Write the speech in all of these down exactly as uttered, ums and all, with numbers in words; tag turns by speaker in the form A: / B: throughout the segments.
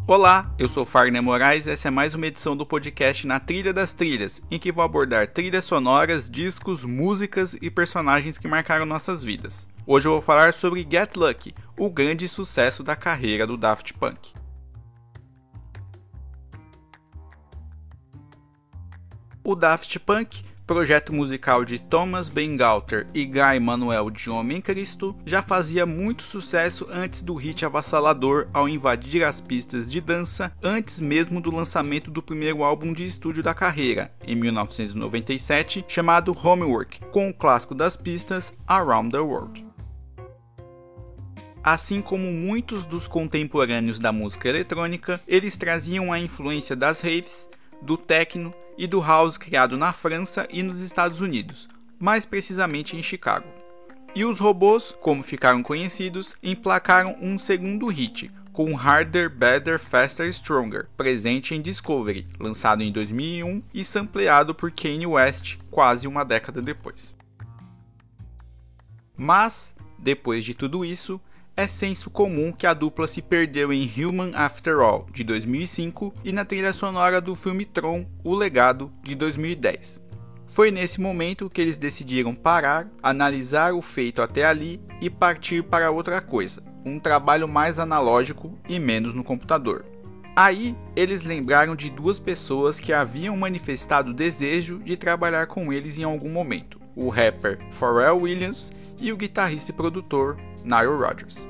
A: Olá, eu sou Fagner Moraes e essa é mais uma edição do podcast Na Trilha das Trilhas, em que vou abordar trilhas sonoras, discos, músicas e personagens que marcaram nossas vidas. Hoje eu vou falar sobre Get Lucky, o grande sucesso da carreira do Daft Punk. O Daft Punk, projeto musical de Thomas Bangalter e Guy Manuel de Homem Cristo, já fazia muito sucesso antes do hit avassalador ao invadir as pistas de dança, antes mesmo do lançamento do primeiro álbum de estúdio da carreira, em mil novecentos e noventa e sete, chamado Homework, com o clássico das pistas Around the World. Assim como muitos dos contemporâneos da música eletrônica, eles traziam a influência das raves, do techno e do house criado na França e nos Estados Unidos, mais precisamente em Chicago. E os robôs, como ficaram conhecidos, emplacaram um segundo hit, com Harder, Better, Faster, Stronger, presente em Discovery, lançado em dois mil e um e sampleado por Kanye West quase uma década depois. Mas, depois de tudo isso, é senso comum que a dupla se perdeu em Human After All, de dois mil e cinco, e na trilha sonora do filme Tron, O Legado, de dois mil e dez. Foi nesse momento que eles decidiram parar, analisar o feito até ali e partir para outra coisa, um trabalho mais analógico e menos no computador. Aí, eles lembraram de duas pessoas que haviam manifestado o desejo de trabalhar com eles em algum momento, o rapper Pharrell Williams e o guitarrista e produtor Nile Rodgers.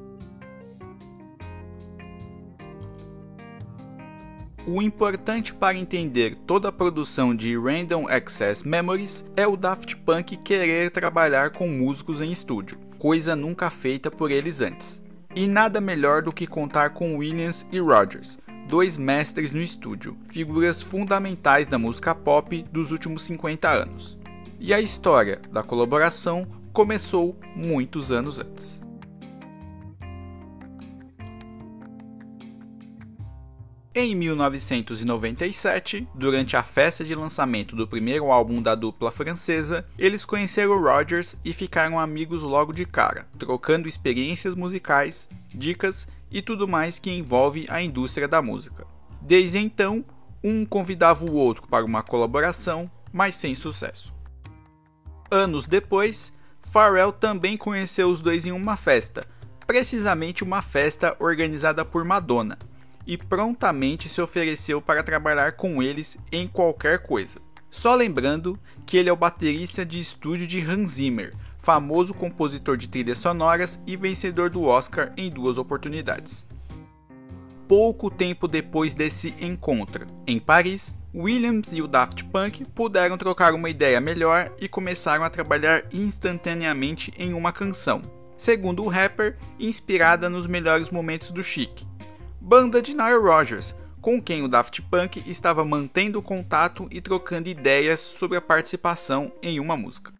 A: O importante para entender toda a produção de Random Access Memories é o Daft Punk querer trabalhar com músicos em estúdio, coisa nunca feita por eles antes. E nada melhor do que contar com Williams e Rodgers, dois mestres no estúdio, figuras fundamentais da música pop dos últimos cinquenta anos. E a história da colaboração começou muitos anos antes. Em mil novecentos e noventa e sete, durante a festa de lançamento do primeiro álbum da dupla francesa, eles conheceram Rodgers e ficaram amigos logo de cara, trocando experiências musicais, dicas e tudo mais que envolve a indústria da música. Desde então, um convidava o outro para uma colaboração, mas sem sucesso. Anos depois, Pharrell também conheceu os dois em uma festa, precisamente uma festa organizada por Madonna, e prontamente se ofereceu para trabalhar com eles em qualquer coisa. Só lembrando que ele é o baterista de estúdio de Hans Zimmer, famoso compositor de trilhas sonoras e vencedor do Oscar em duas oportunidades. Pouco tempo depois desse encontro, em Paris, Williams e o Daft Punk puderam trocar uma ideia melhor e começaram a trabalhar instantaneamente em uma canção, segundo o rapper, inspirada nos melhores momentos do Chic, banda de Nile Rodgers, com quem o Daft Punk estava mantendo contato e trocando ideias sobre a participação em uma música.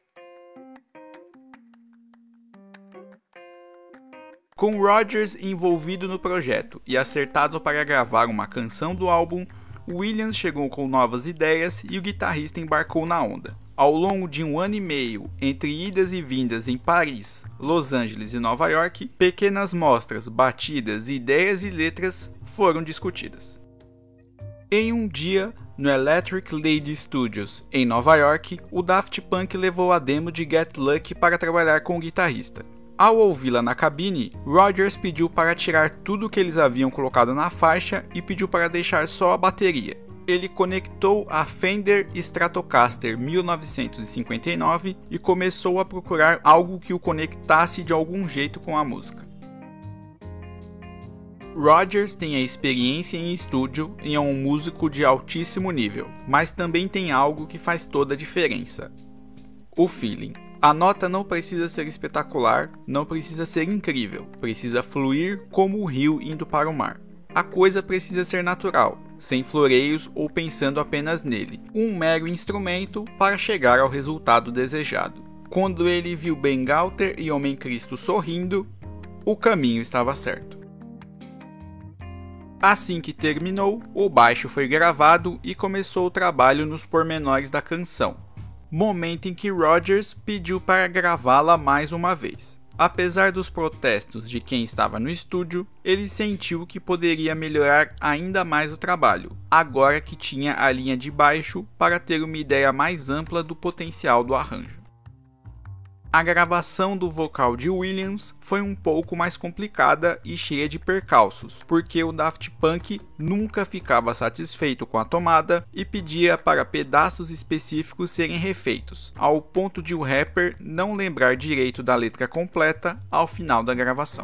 A: Com Rodgers envolvido no projeto e acertado para gravar uma canção do álbum, Williams chegou com novas ideias e o guitarrista embarcou na onda. Ao longo de um ano e meio, entre idas e vindas em Paris, Los Angeles e Nova York, pequenas mostras, batidas, ideias e letras foram discutidas. Em um dia, no Electric Lady Studios, em Nova York, o Daft Punk levou a demo de Get Lucky para trabalhar com o guitarrista. Ao ouvi-la na cabine, Rodgers pediu para tirar tudo que eles haviam colocado na faixa e pediu para deixar só a bateria. Ele conectou a Fender Stratocaster mil novecentos e cinquenta e nove e começou a procurar algo que o conectasse de algum jeito com a música. Rodgers tem a experiência em estúdio e é um músico de altíssimo nível, mas também tem algo que faz toda a diferença: o feeling. A nota não precisa ser espetacular, não precisa ser incrível, precisa fluir como o rio indo para o mar. A coisa precisa ser natural, sem floreios ou pensando apenas nele, um mero instrumento para chegar ao resultado desejado. Quando ele viu Bangalter e Homem Cristo sorrindo, o caminho estava certo. Assim que terminou, o baixo foi gravado e começou o trabalho nos pormenores da canção, momento em que Rodgers pediu para gravá-la mais uma vez. Apesar dos protestos de quem estava no estúdio, ele sentiu que poderia melhorar ainda mais o trabalho, agora que tinha a linha de baixo para ter uma ideia mais ampla do potencial do arranjo. A gravação do vocal de Williams foi um pouco mais complicada e cheia de percalços, porque o Daft Punk nunca ficava satisfeito com a tomada e pedia para pedaços específicos serem refeitos, ao ponto de o rapper não lembrar direito da letra completa ao final da gravação.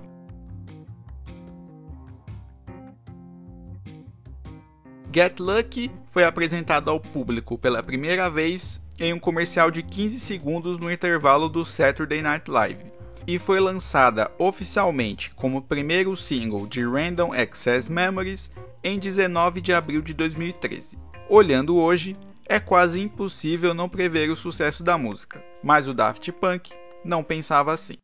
A: Get Lucky foi apresentado ao público pela primeira vez em um comercial de quinze segundos no intervalo do Saturday Night Live, e foi lançada oficialmente como primeiro single de Random Access Memories em dezenove de abril de dois mil e treze. Olhando hoje, é quase impossível não prever o sucesso da música, mas o Daft Punk não pensava assim.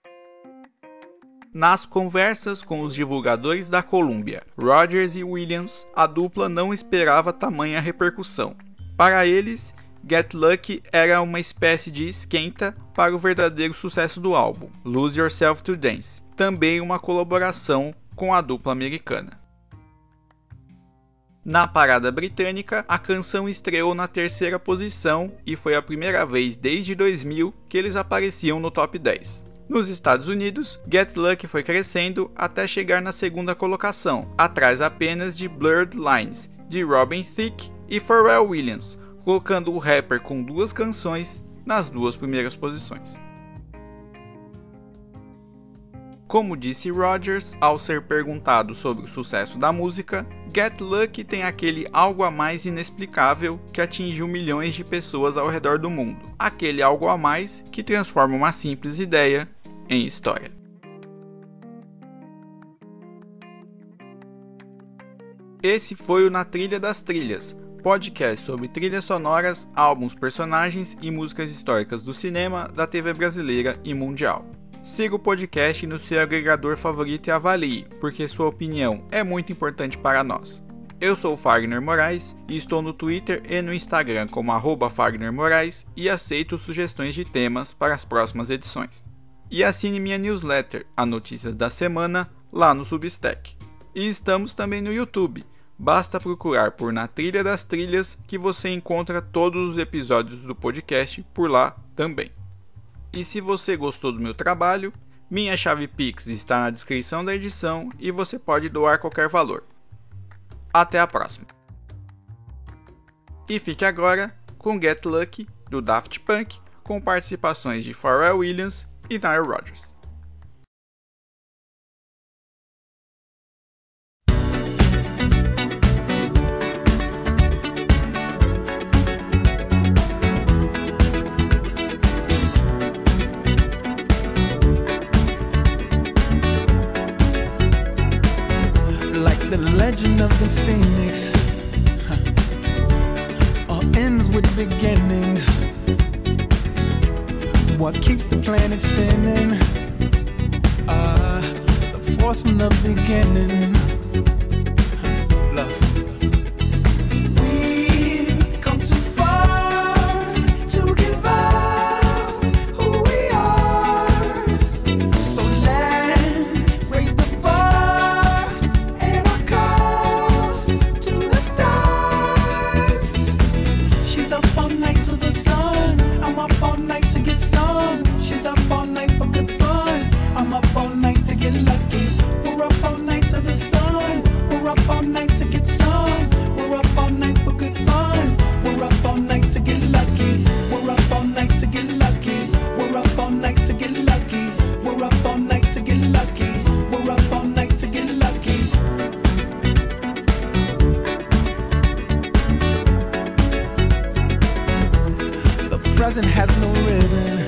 A: Nas conversas com os divulgadores da Columbia, Rodgers e Williams, a dupla não esperava tamanha repercussão. Para eles, Get Lucky era uma espécie de esquenta para o verdadeiro sucesso do álbum, Lose Yourself to Dance, também uma colaboração com a dupla americana. Na parada britânica, a canção estreou na terceira posição e foi a primeira vez desde dois mil que eles apareciam no top dez. Nos Estados Unidos, Get Lucky foi crescendo até chegar na segunda colocação, atrás apenas de Blurred Lines, de Robin Thicke e Pharrell Williams, colocando o rapper com duas canções nas duas primeiras posições. Como disse Rodgers ao ser perguntado sobre o sucesso da música, Get Lucky tem aquele algo a mais inexplicável que atingiu milhões de pessoas ao redor do mundo. Aquele algo a mais que transforma uma simples ideia em história. Esse foi o Na Trilha das Trilhas, podcast sobre trilhas sonoras, álbuns, personagens e músicas históricas do cinema, da T V brasileira e mundial. Siga o podcast no seu agregador favorito e avalie, porque sua opinião é muito importante para nós. Eu sou o Fagner Moraes e estou no Twitter e no Instagram como arroba Fagner Moraes e aceito sugestões de temas para as próximas edições. E assine minha newsletter, a Notícias da Semana, lá no Substack. E estamos também no YouTube. Basta procurar por Na Trilha das Trilhas que você encontra todos os episódios do podcast por lá também. E se você gostou do meu trabalho, minha chave Pix está na descrição da edição e você pode doar qualquer valor. Até a próxima. E fique agora com Get Lucky, do Daft Punk, com participações de Pharrell Williams e Nile Rodgers.
B: The legend of the phoenix huh. All ends with beginnings. What keeps the planet spinning? Uh, the force from the beginning. Huh. Love. We've come too far to give up who we are. So let's raise the bar and our cups to the stars. She's up all night to the sun. I'm up all night to get some. She's up all night for good fun. I'm up all night to get lucky. We're up all night to the sun. We're up all night to get some. We're up all night for good fun. We're up all night to get lucky. We're up all night to get lucky. We're up all night to get lucky. We're up all night to get lucky. We're up all night to get lucky. The present has no ribbon.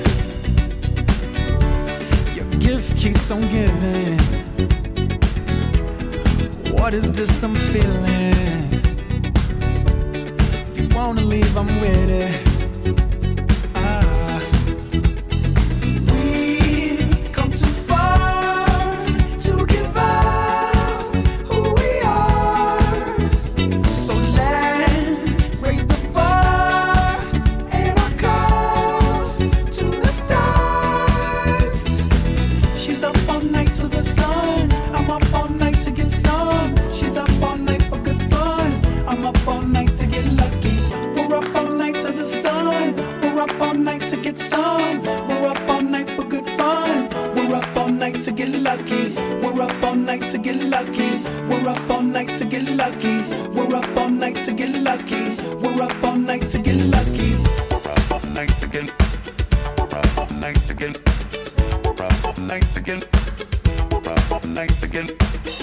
B: Your gift keeps on giving. What is this I'm feeling? If you wanna leave, I'm with it. Ah. We've come too far to give up who we are. So let's raise the bar and our cups to the stars. night to get lucky. We're up all night to get lucky. We're up all night to get lucky. We're up all night to get lucky. We're up all night to get lucky.
C: We're up all night to get. We're up all night to get. We're up all night to get. We're up all night to get.